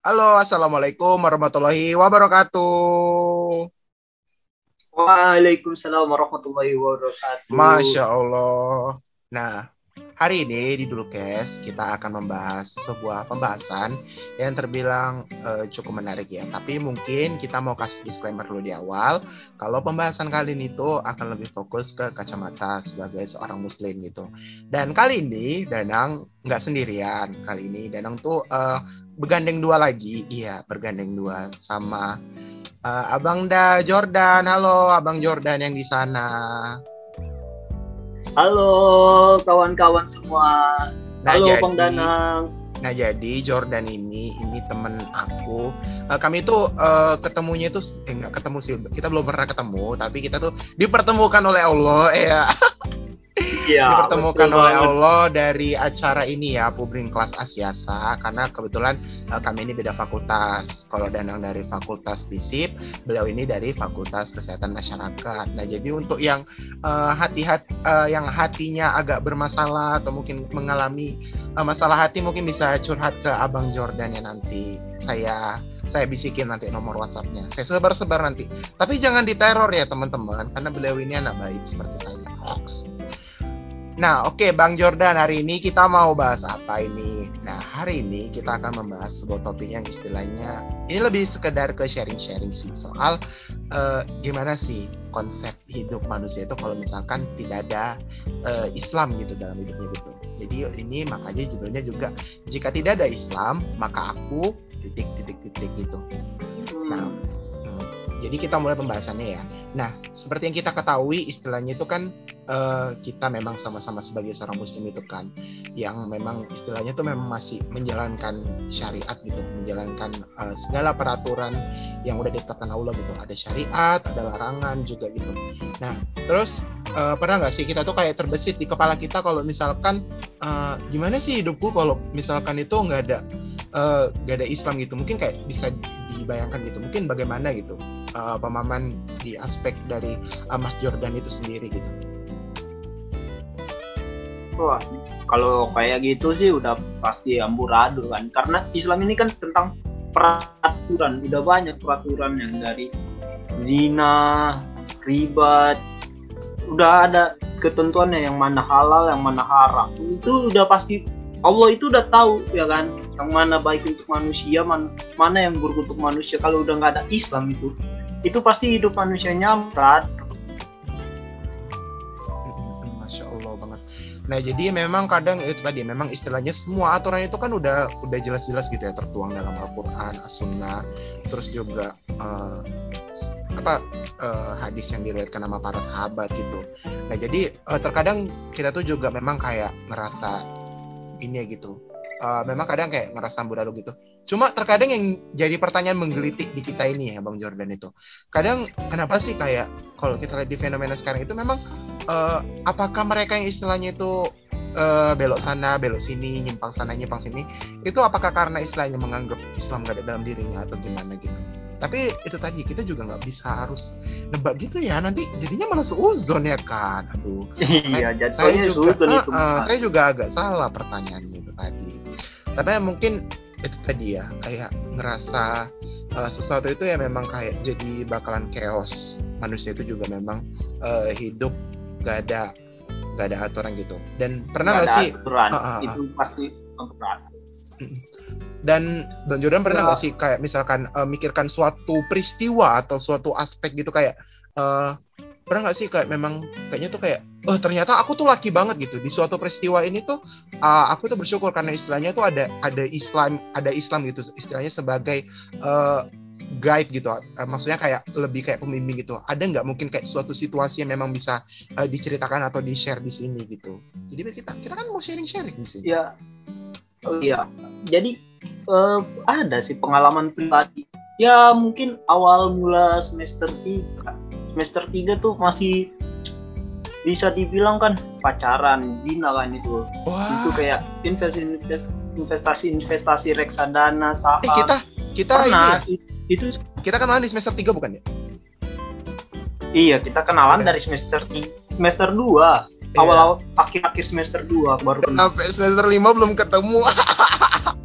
Halo, assalamualaikum warahmatullahi wabarakatuh. Waalaikumsalam warahmatullahi wabarakatuh. Masya Allah. Nah, hari ini di Dulukes kita akan membahas sebuah pembahasan yang terbilang cukup menarik ya. Tapi mungkin kita mau kasih disclaimer dulu di awal. Kalau pembahasan kali ini tuh akan lebih fokus ke kacamata sebagai seorang muslim gitu. Dan kali ini Danang nggak sendirian. Kali ini Danang tuh bergandeng dua lagi. Iya, bergandeng dua sama Abang Jordan. Halo Abang Jordan yang di sana. Halo kawan-kawan semua. Nah, Halo Bang jadi Danang. Jordan ini temen aku. Kami tuh ketemunya itu nggak ketemu sih. Kita belum pernah ketemu, tapi kita tuh dipertemukan oleh Allah ya. Iya, Dipertemukan betul oleh banget. Allah dari acara ini ya, Pubring Kelas Asiasa, karena kebetulan kami ini beda fakultas. Kalau Danang dari Fakultas FISIP, beliau ini dari Fakultas Kesehatan Masyarakat. Nah, jadi untuk yang yang hatinya agak bermasalah atau mungkin mengalami masalah hati, mungkin bisa curhat ke Abang Jordan ya nanti. Saya bisikin nanti nomor WhatsApp-nya. Saya sebar-sebar nanti. Tapi jangan diteror ya teman-teman, karena beliau ini anak baik seperti saya. Hoax. Nah, oke Bang Jordan, hari ini kita mau bahas apa ini? Nah, hari ini kita akan membahas sebuah topik yang istilahnya ini lebih sekedar ke sharing-sharing sih soal gimana sih konsep hidup manusia itu kalau misalkan tidak ada Islam gitu dalam hidupnya gitu. Jadi ini makanya judulnya juga jika tidak ada Islam, maka aku titik gitu. Nah, Hmm, jadi kita mulai pembahasannya ya. Nah, seperti yang kita ketahui istilahnya itu kan kita memang sama-sama sebagai seorang muslim itu kan yang memang istilahnya itu memang masih menjalankan syariat gitu, menjalankan segala peraturan yang udah ditetapkan Allah gitu. Ada syariat, ada larangan juga gitu. Nah, terus pernah nggak sih kita tuh kayak terbesit di kepala kita kalau misalkan gimana sih hidupku kalau misalkan itu nggak ada Islam gitu. Mungkin kayak bisa dibayangkan gitu. Mungkin bagaimana gitu pemahaman di aspek dari Mas Jordan itu sendiri gitu. wah, kalau kayak gitu sih udah pasti amburadul kan. Karena Islam ini kan tentang peraturan, udah banyak peraturan yang dari zina, riba, udah ada ketentuannya yang mana halal, yang mana haram. Itu udah pasti Allah itu udah tahu ya kan, yang mana baik untuk manusia, mana yang buruk untuk manusia. Kalau udah nggak ada Islam itu pasti hidup manusianya berat. Masya Allah banget. Nah jadi memang kadang itu tadi memang istilahnya semua aturan itu kan udah jelas-jelas gitu ya tertuang dalam Al-Quran, As-Sunnah, terus juga hadis yang diriwayatkan sama para sahabat gitu. Nah jadi terkadang kita tuh juga memang kayak ngerasa ini ya gitu. Memang kadang kayak ngerasa amburadul gitu. Cuma terkadang yang jadi pertanyaan menggelitik di kita ini ya Bang Jordan itu. Kadang kenapa sih kayak kalau kita lihat di fenomena sekarang itu memang apakah mereka yang istilahnya itu belok sana, belok sini, nyimpang sana, nyimpang sini, itu apakah karena istilahnya menganggap Islam gak ada dalam dirinya atau gimana gitu. Tapi itu tadi kita juga nggak bisa harus nebak gitu ya, nanti jadinya malah seuzon ya kan. Aduh, Iya, jatuhnya suzon itu. saya juga agak salah pertanyaannya itu tadi. Tapi mungkin itu tadi ya kayak ngerasa sesuatu itu ya memang kayak jadi bakalan chaos. Manusia itu juga memang hidup gak ada aturan gitu. Dan pernah nggak sih Aturan itu pasti berat. dan Bang Jordan pernah Ya, nggak sih kayak misalkan mikirkan suatu peristiwa atau suatu aspek gitu kayak pernah nggak sih kayak memang kayaknya tuh kayak ternyata aku tuh laki banget gitu di suatu peristiwa ini tuh aku tuh bersyukur karena istilahnya tuh ada Islam gitu istilahnya sebagai guide gitu, maksudnya kayak lebih kayak pembimbing gitu. Ada nggak mungkin kayak suatu situasi yang memang bisa diceritakan atau di share di sini gitu. Jadi kita kan mau sharing di sini. ya, oh iya. Jadi ada sih pengalaman pribadi. Ya mungkin awal mula semester 3. Semester 3 tuh masih bisa dibilang kan pacaran, zina kan itu. Itu Wah, kayak investasi reksadana, saham. kita Pernah ini ya, itu kita kan di semester 3 bukan ya? iya, kita kenalan Oke. dari semester 2. Iya. Awal-awal akhir-akhir semester 2 baru kenal. Sampai semester 5 belum ketemu.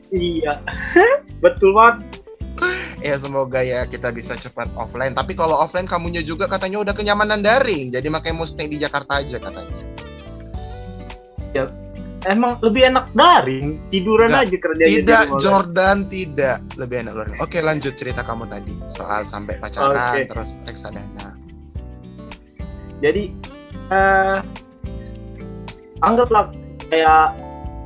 Iya. Betul banget. Ya semoga ya kita bisa cepat offline. Tapi kalau offline kamunya juga katanya udah kenyamanan daring. Jadi makanya mau stay di Jakarta aja katanya. Ya, emang lebih enak daring, tiduran Nggak, aja kerjanya di Tidak, rumah. Jordan tidak. Lebih enak luar. Oke, lanjut cerita kamu tadi soal sampai pacaran Oke. terus reksadana. Jadi anggaplah kayak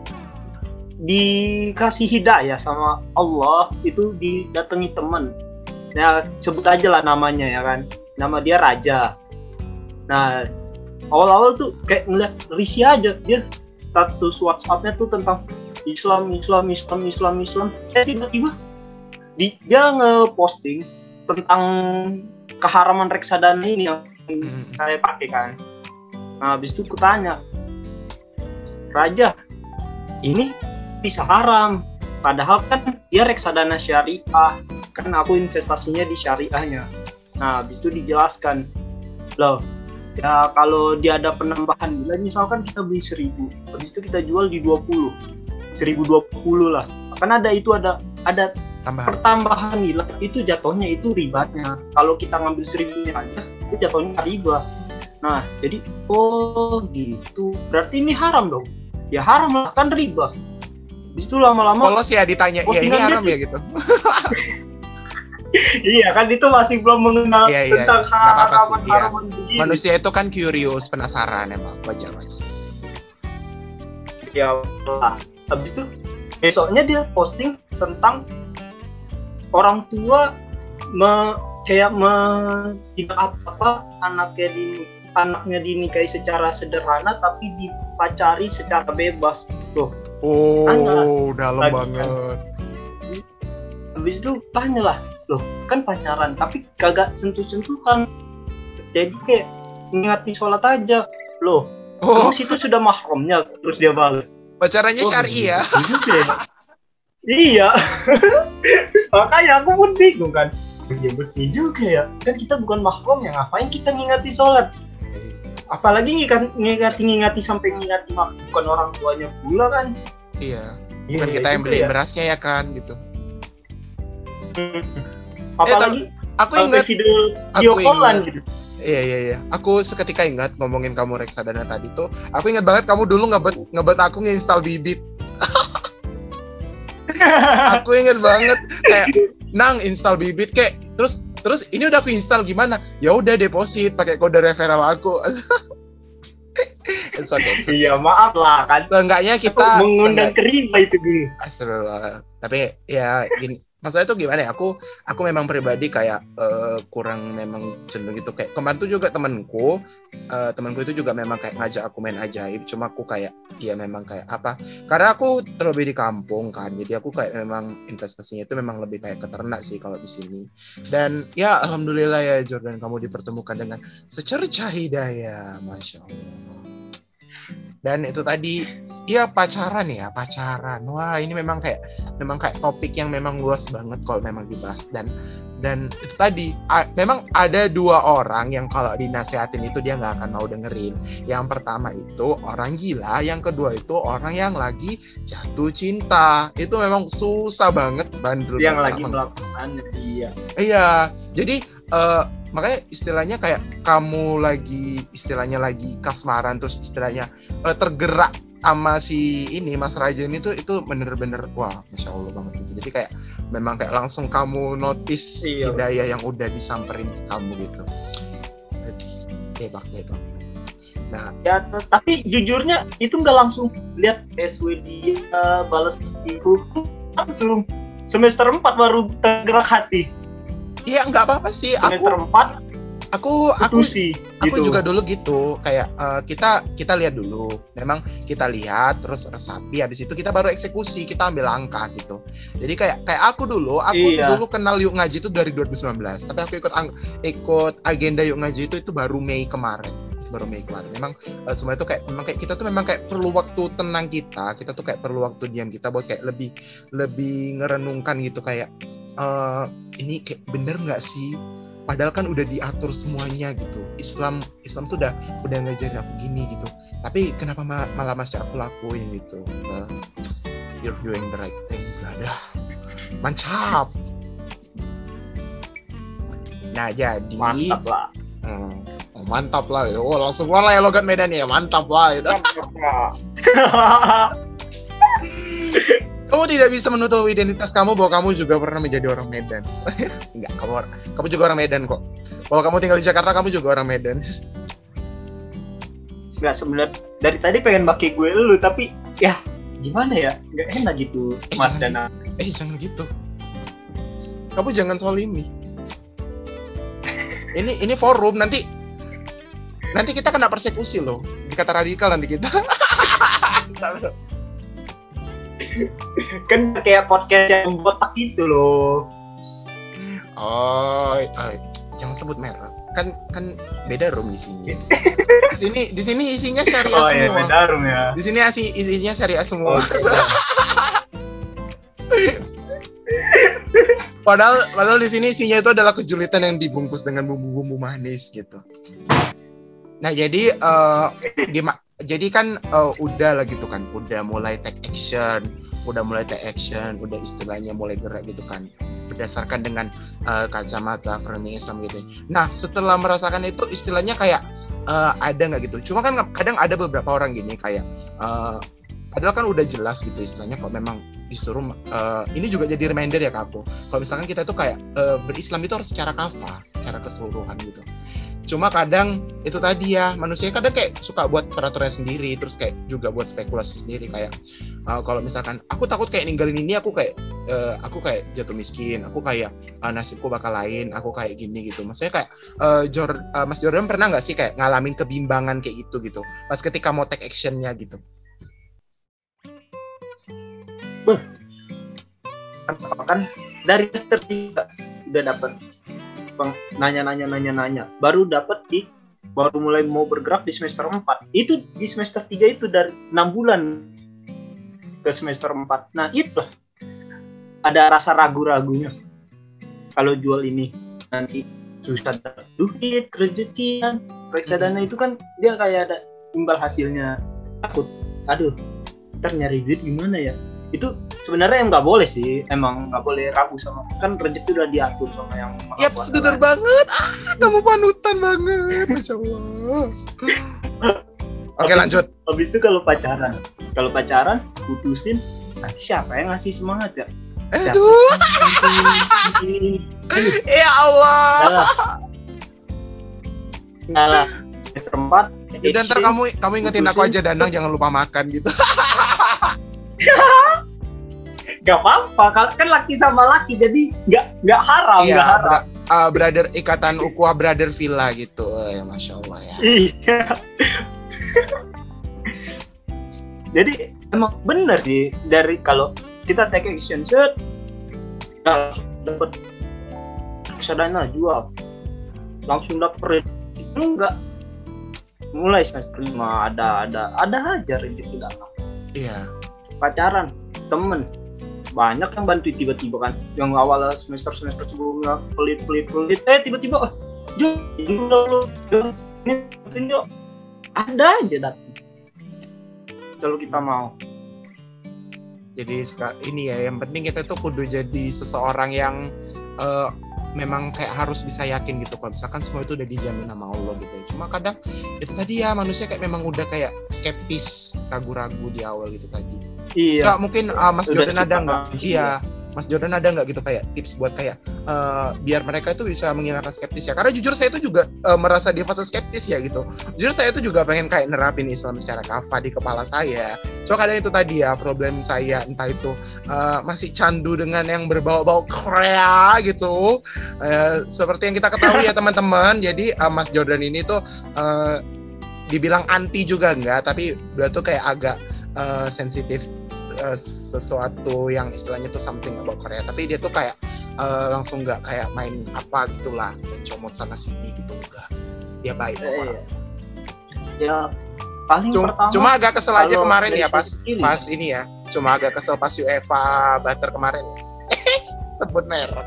dikasih hidayah sama Allah, itu didatangi teman. Nah, sebut aja lah namanya ya kan. Nama dia Raja. Nah, awal-awal tuh kayak ngeliat risih aja, dia status WhatsApp-nya tuh tentang Islam. Tiba-tiba dia nge-posting tentang keharaman reksadana ini yang saya pakai kan. Nah, habis itu aku tanya, Raja, ini bisa haram, padahal kan dia reksadana syariah, kan aku investasinya di syariahnya. Nah, habis itu dijelaskan, loh ya kalau dia ada penambahan nilai, misalkan kita beli 1.000, habis itu kita jual di 1.020 lah, kan ada Tambahan. pertambahan nilai, itu jatuhnya itu ribanya. Kalau kita ngambil 1.000-nya aja, itu jatuhnya riba. Nah, jadi oh gitu, berarti ini haram dong. Ya haram lah, kan riba. Habis itu lama-lama Polos ya ditanya, ya ini haram ya gitu. iya kan, itu masih belum mengenal Iya, tentang nggak apa-apa sih, iya. haraman begini. Manusia itu kan curious, penasaran emang, wajar. Ya lah. Habis itu besoknya dia posting tentang orang tua tidak apa-apa anaknya dinikahi secara sederhana tapi dipacari secara bebas. Loh, Oh, tanya dalam lagi, banget. habis itu tanya lah, loh kan pacaran tapi kagak sentuh-sentuhan, jadi kayak ngingati sholat aja. Loh, Oh, kamu situ sudah mahramnya? Terus dia balas, pacarannya syar'i ya. Iya. Makanya aku pun bingung kan. Iya betul juga ya. Kan kita bukan mahram ya, ngapain kita ngingati sholat? Apalagi ngingati sampai ngingati bukan orang tuanya pula kan. Iya. Bukan kita yang beliin berasnya ya kan gitu. Apalagi Aku ingat video callan gitu. Iya. Aku seketika ingat ngomongin kamu reksadana tadi tuh. Aku ingat banget kamu dulu ngebet aku nginstal Bibit. Aku inget banget kayak Nang install Bibit kayak terus ini udah aku install gimana? Ya udah deposit pakai kode referral aku. Iya maaf lah kan. Seenggaknya kita mengundang ke riba itu dulu. Astagfirullah. Tapi ya gini, maksudnya tuh gimana ya? Aku memang pribadi kayak kurang memang cenderung gitu kayak kemarin tuh juga temanku itu juga memang kayak ngajak aku main ajaib. Cuma aku kayak ya memang kayak apa? Karena aku terlebih di kampung kan, jadi aku kayak memang investasinya itu memang lebih kayak ke ternak sih kalau di sini. Dan ya alhamdulillah ya Jordan, kamu dipertemukan dengan secercah hidayah, masya Allah. Dan itu tadi ya pacaran. Wah, ini memang kayak topik yang memang luas banget kalau memang dibahas. Dan itu tadi memang ada dua orang yang kalau dinasehatin itu dia nggak akan mau dengerin. Yang pertama itu orang gila, yang kedua itu orang yang lagi jatuh cinta. Itu memang susah banget bandel. Yang lagi melakukannya. Iya. Jadi makanya istilahnya kayak kamu lagi kasmaran terus istilahnya tergerak sama si ini Mas Raja ini tuh itu bener-bener wah masya Allah banget gitu. Jadi kayak memang kayak langsung kamu notice hidayah yang udah disamperin ke kamu gitu. Hebat. Nah ya tapi jujurnya itu nggak langsung lihat SW dia balas itu, langsung semester 4 baru tergerak hati. Iya nggak apa-apa sih. Semester 4 aku juga dulu gitu kayak kita lihat dulu, memang kita lihat terus resapi, habis itu kita baru eksekusi, kita ambil langkah gitu. Jadi kayak aku dulu kenal Yuk Ngaji itu dari 2019, tapi aku ikut agenda Yuk Ngaji itu baru Mei kemarin. Memang semua itu kayak memang kayak kita tuh memang kayak perlu waktu tenang kita tuh kayak perlu waktu diam kita buat kayak lebih ngerenungkan gitu kayak ini kayak bener nggak sih? Padahal kan udah diatur semuanya gitu. Islam tuh udah ngajarin aku gini gitu. Tapi kenapa malah masih aku lakuin gitu? You're doing the right thing, brother. Ya, mantap. Nah jadi Mantap lah. Mantap lah. Oh, langsung keluar lah ya logat Medan ya. Mantap lah itu. Kamu tidak bisa menutup identitas kamu bahwa kamu juga pernah menjadi orang Medan. Enggak, kamu juga orang Medan kok. Kalau kamu tinggal di Jakarta, kamu juga orang Medan. Enggak, sebenarnya dari tadi pengen pakai gue lu, tapi ya gimana ya? Enggak enak gitu, Mas Dana. Jangan gitu. Kamu jangan zolimi. Ini forum nanti kita kena persekusi loh. Dikata radikal nanti kita. Kan kayak podcast yang botak gitu loh. Oh, jangan sebut merek. Kan beda room di sini. Di sini isinya syariah semua. Iya, beda room ya. Di sini isinya syariah semua. Padahal di sini isinya itu adalah kejulitan yang dibungkus dengan bumbu-bumbu manis gitu. Nah, jadi jadi kan udah lah gitu kan, udah mulai take action, udah istilahnya mulai gerak gitu kan, berdasarkan dengan kacamata framing Islam gitu. Nah, setelah merasakan itu istilahnya kayak ada nggak gitu? Cuma kan kadang ada beberapa orang gini kayak padahal kan udah jelas gitu istilahnya kok memang disuruh ini juga jadi reminder ya ke aku. Kalau misalkan kita tuh kayak berislam itu harus secara kafah, secara keseluruhan gitu. Cuma kadang itu tadi ya, manusia kadang kayak suka buat peraturan sendiri, terus kayak juga buat spekulasi sendiri kayak kalau misalkan aku takut kayak ninggalin ini, aku kayak jatuh miskin, aku kayak nasibku bakal lain, aku kayak gini gitu. Maksudnya kayak Mas Jordan pernah nggak sih kayak ngalamin kebimbangan kayak gitu pas ketika mau take actionnya gitu? Kan dari semester 3 udah dapat nanya baru mulai mau bergerak di semester 4. Itu di semester 3 itu dari 6 bulan ke semester 4. Nah, itu ada rasa ragu-ragunya. Kalau jual ini nanti susah dapat duit, rezekian, reksadana itu kan dia kayak ada imbal hasilnya. Takut, aduh, ntar nyari duit gimana ya? Itu sebenarnya nggak boleh sih, emang nggak boleh ragu sama, kan rezeki udah diatur sama yang Yap, bener banget. Kamu panutan banget, Masya Allah. Oke, lanjut. Habis itu kalau pacaran putusin, nanti siapa yang ngasih semangat ya? Aduh. Ya Allah. Nggak lah. Semester 4. Dan ntar kamu ingetin aku aja, Danang, jangan lupa makan gitu. Gak apa-apa, kan laki sama laki, jadi nggak haram. Iya, nggak haram. Brother, ikatan ukhuwah brother villa gitu. Ya, Masya Allah ya. Iya. Jadi emang bener sih, dari kalau kita take action set, dapat reksadana jual, langsung dapat itu enggak. Mulai semester 5 ada aja rezeki datang. Iya. Pacaran, temen, banyak yang bantu tiba-tiba kan, yang awal semester sebelumnya pelit, tiba-tiba ini ada aja datang kalau kita mau. Jadi ini ya, yang penting kita tuh kudu jadi seseorang yang memang kayak harus bisa yakin gitu kalau misalkan semua itu udah dijamin sama Allah gitu ya. Cuma kadang itu tadi ya, manusia kayak memang udah kayak skeptis, ragu-ragu di awal gitu tadi. Iya. Ya, mungkin Mas Jordan ada nggak? Iya, Mas Jordan ada nggak gitu kayak tips buat kayak biar mereka itu bisa menghilangkan skeptis ya? Karena jujur saya itu juga merasa di fase skeptis ya gitu. Jujur saya itu juga pengen kayak nerapin Islam secara kafah di kepala saya. Cuma kadang itu tadi ya, problem saya entah itu masih candu dengan yang berbau-bau Korea gitu. Seperti yang kita ketahui ya teman-teman. Jadi Mas Jordan ini tuh dibilang anti juga enggak, tapi beliau tuh kayak agak sensitif sesuatu yang istilahnya tuh something about Korea, tapi dia tuh kayak langsung nggak kayak main apa gitulah, comot sana sini gitu, enggak, dia baik orang. Ya paling pertama cuma agak kesel aja kemarin ya pas skill. Ini ya, cuma agak kesel pas UEFA Butter kemarin. Sebut merek.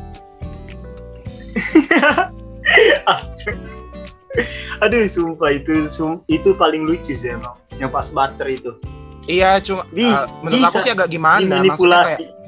Astaga. Aduh, sumpah itu paling lucu sih emang, yang pas Butter itu. Iya, cuma menurut aku sih agak gimana, dimanipulasi.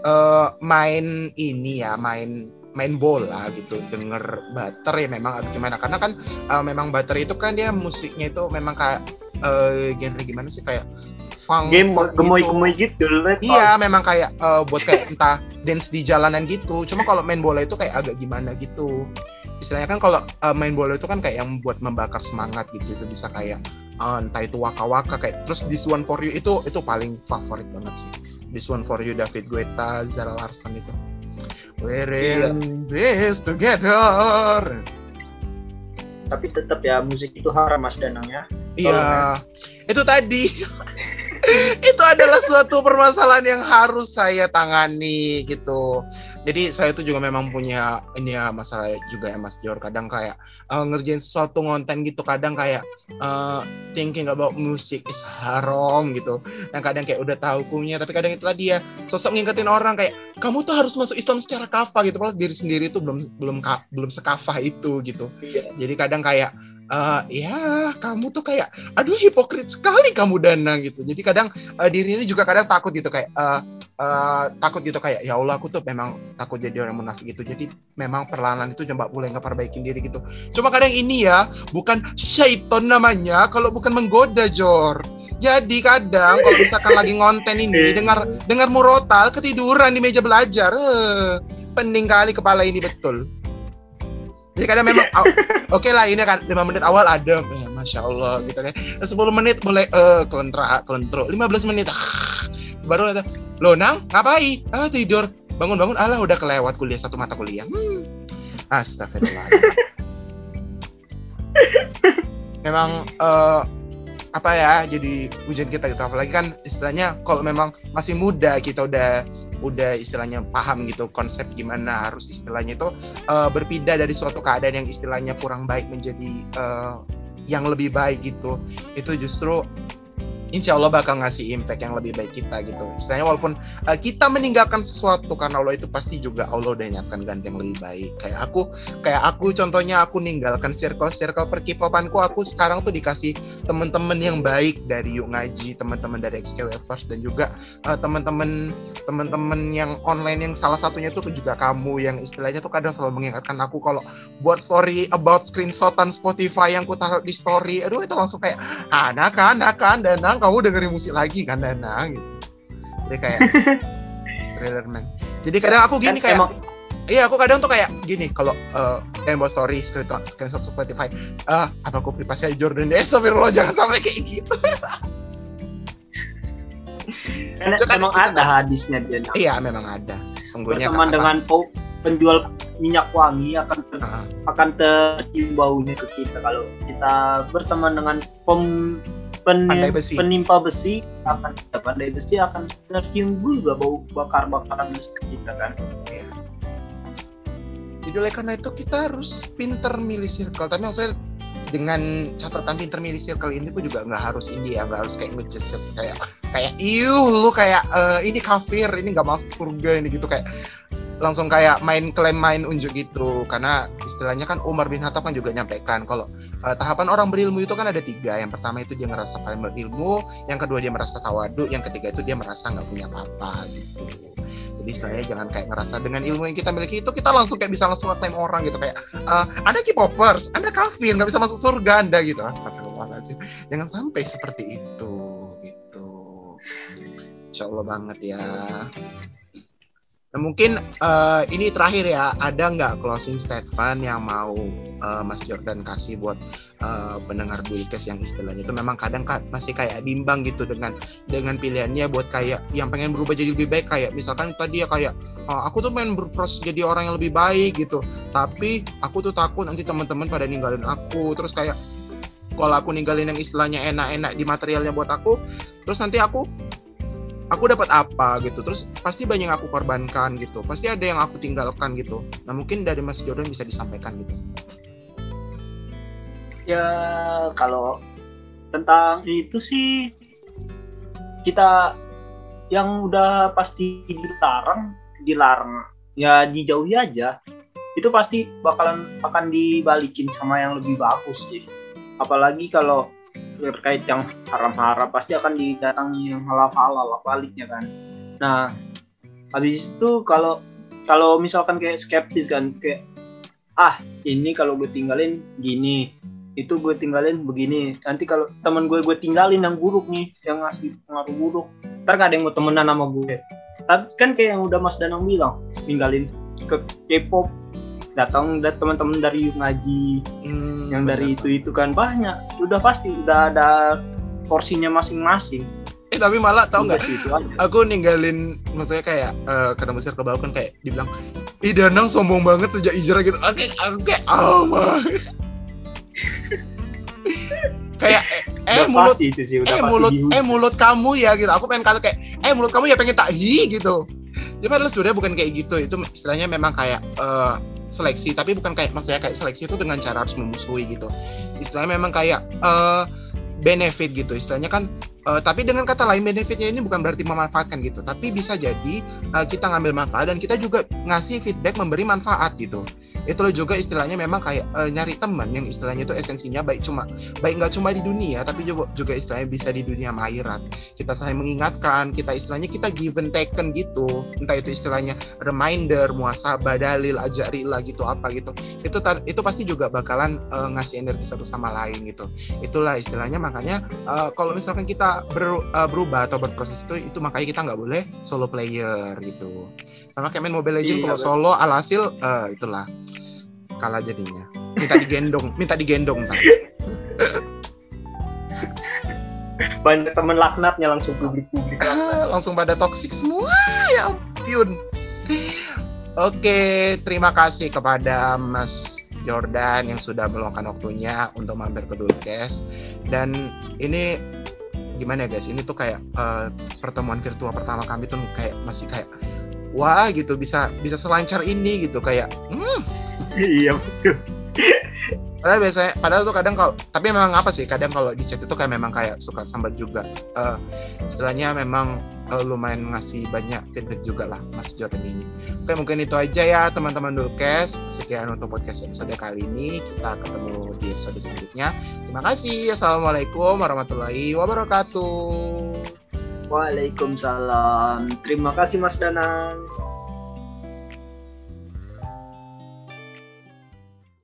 main ini ya, main bola gitu, denger Butter ya memang gimana, karena kan memang Butter itu kan dia musiknya itu memang kayak genre gimana sih, kayak funk Game gitu. gemoy-gemoy gitu. Iya, memang kayak buat kayak entah dance di jalanan gitu. Cuma kalau main bola itu kayak agak gimana gitu. Istilahnya kan kalau main bola itu kan kayak yang buat membakar semangat gitu. Itu bisa kayak entah itu waka-waka kayak, terus This One For You itu paling favorit banget sih. This One For You David Guetta, Zara Larsson itu. We're in this together. Tapi tetap ya musik itu haram Mas Danang ya. Iya. Itu tadi. Itu adalah suatu permasalahan yang harus saya tangani gitu. Jadi saya itu juga memang punya ini ya, masalah juga ya Mas Jor. Kadang kayak ngerjain sesuatu konten gitu, kadang kayak thinking about music is haram gitu. Dan kadang kayak udah tahu hukumnya, tapi kadang itu tadi ya sosok ngingetin orang kayak kamu tuh harus masuk Islam secara kafah gitu. Padahal diri sendiri tuh belum sekafah itu gitu. Iya. Jadi kadang kayak ya kamu tuh kayak aduh hipokrit sekali kamu Danang gitu. Jadi kadang diri ini juga kadang takut gitu kayak takut gitu kayak ya Allah aku tuh memang takut jadi orang munafik gitu. Jadi memang perlahan itu coba mulai ngeperbaikin diri gitu. Cuma kadang ini ya bukan syaiton namanya kalau bukan menggoda Jor. Jadi kadang kalau misalkan lagi ngonten ini dengar murotal ketiduran di meja belajar, pening kali kepala ini betul. Jadi kadang memang oke lah ini kan 5 menit awal adem ya Masya Allah gitu kan. 10 menit mulai kelentro 15 menit baru ada lo Nang ngapain tidur bangun alah udah kelewat kuliah satu mata kuliah. Astagfirullah. Memang apa ya jadi ujian kita gitu, apalagi kan istilahnya kalau memang masih muda kita udah istilahnya paham gitu konsep gimana harus istilahnya itu berpindah dari suatu keadaan yang istilahnya kurang baik menjadi yang lebih baik gitu. Itu justru insya Allah bakal ngasih impact yang lebih baik kita gitu. Istilahnya walaupun kita meninggalkan sesuatu karena Allah itu pasti juga Allah udah nyiapkan ganti yang lebih baik. Kayak aku contohnya aku ninggalkan circle perkipopanku, aku sekarang tuh dikasih teman-teman yang baik dari Yuk Ngaji, teman-teman dari XKWFers, dan juga teman-teman yang online yang salah satunya tuh juga kamu yang istilahnya tuh kadang selalu mengingatkan aku kalau buat story about screenshotan Spotify yang ku taruh di story, aduh itu langsung kayak anak Danang kamu dengerin musik lagi kan Danang gitu. Jadi kayak thriller man. Jadi kadang aku gini kayak iya aku kadang tuh kayak gini kalau buat story screenshot Spotify apa aku privasi Jordan Astagfirullah jangan sampai kayak gitu. Karena memang ada hadisnya dia. Iya memang ada. Sesungguhnya berteman dengan penjual minyak wangi akan tercium baunya ke kita. Kalau kita berteman dengan penimpa besi akan tercium juga bau bakar-bakaran besi ke kita kan. Ya. Jadi oleh karena itu kita harus pinter milih circle. Tapi maksudnya dengan catatan pinter milih circle ini pun juga nggak harus ini ya, nggak harus kayak ngejudge kayak lu kayak ini kafir, ini nggak masuk surga ini gitu, kayak langsung kayak klaim main unjuk gitu. Karena istilahnya kan Umar bin Khattab kan juga nyampaikan kalau tahapan orang berilmu itu kan ada 3. Yang pertama itu dia ngerasa paling berilmu, yang kedua dia merasa tawadu, yang ketiga itu dia merasa nggak punya apa-apa gitu. Jadi istilahnya jangan kayak ngerasa dengan ilmu yang kita miliki itu kita langsung kayak bisa langsung ngeklaim orang gitu kayak Anda K-popers, Anda kafir, nggak bisa masuk surga Anda gitu. Astagfirullahaladzim, jangan sampai seperti itu gitu. Insya Allah banget ya. Nah, mungkin ini terakhir ya, ada nggak closing statement yang mau Mas Jordan kasih buat pendengar Builkes yang istilahnya itu memang kadang masih kayak bimbang gitu dengan pilihannya buat kayak yang pengen berubah jadi lebih baik, kayak misalkan tadi ya kayak aku tuh pengen berproses jadi orang yang lebih baik gitu, tapi aku tuh takut nanti teman-teman pada ninggalin aku, terus kayak kalau aku ninggalin yang istilahnya enak-enak di materialnya buat aku, terus nanti aku dapat apa gitu, terus pasti banyak yang aku korbankan gitu, pasti ada yang aku tinggalkan gitu. Nah mungkin dari Mas Jordan bisa disampaikan gitu. Ya kalau tentang itu sih kita yang udah pasti dilarang ya dijauhi aja, itu pasti akan dibalikin sama yang lebih bagus sih. Apalagi kalau terkait yang haram-haram pasti akan didatangi yang halal-halal baliknya kan. Nah Habis itu kalau misalkan kayak skeptis kan, kayak ini kalau gue tinggalin gini, itu gue tinggalin begini, nanti kalau teman gue tinggalin yang buruk nih, yang ngasih pengaruh buruk, ntar gak ada yang mau temenan sama gue. Tapi kan kayak yang udah Mas Danang bilang, tinggalin ke K-pop, datang teman-teman dari ngaji, yang dari itu kan banyak, udah pasti udah ada porsinya masing-masing. Tapi malah tau nggak, aku ninggalin, maksudnya kayak ketemu circle baru kan kayak dibilang, ih Danang sombong banget sejak hijrah gitu. Aku kayak kayak mulut kamu ya gitu. Aku pengen kata kayak mulut kamu ya pengen takhi gitu. Jadi padahal sebenarnya bukan kayak gitu. Itu istilahnya memang kayak seleksi, tapi bukan kayak, maksudnya kayak seleksi itu dengan cara harus memusuhi gitu. Istilahnya memang kayak benefit gitu. Istilahnya kan tapi dengan kata lain, benefitnya ini bukan berarti memanfaatkan gitu, tapi bisa jadi kita ngambil manfaat dan kita juga ngasih feedback, memberi manfaat gitu. Itulah juga istilahnya memang kayak nyari teman yang istilahnya itu esensinya baik nggak cuma di dunia, tapi juga istilahnya bisa di dunia akhirat. Kita saling mengingatkan, kita istilahnya kita give and taken gitu, entah itu istilahnya reminder, muhasabah, dalil, ajarillah gitu apa gitu. Itu pasti juga bakalan ngasih energi satu sama lain gitu. Itulah istilahnya, makanya kalau misalkan kita berubah atau berproses itu makanya kita nggak boleh solo player gitu. Sama kayak main Mobile Legends, kalau solo alhasil itulah kalah jadinya. Minta digendong ntar. Banyak temen laknatnya langsung publik. Langsung pada toksik semua, ya ampun. Oke, terima kasih kepada Mas Jordan yang sudah meluangkan waktunya untuk mampir ke Dulkes. Dan ini gimana ya guys, ini tuh kayak pertemuan virtual pertama kami tuh kayak masih kayak wah gitu, bisa selancar ini gitu, kayak iya betul. Padahal tuh kadang kalau, tapi memang apa sih, kadang kalau di chat itu kayak memang kayak suka sambat juga. Istilahnya memang lumayan ngasih banyak feedback juga lah Mas Jordan ini. Oke, mungkin itu aja ya teman-teman Dulkes. Sekian untuk podcast episode kali ini. Kita ketemu di episode selanjutnya. Terima kasih. Assalamualaikum warahmatullahi wabarakatuh. Waalaikumsalam. Terima kasih Mas Danang.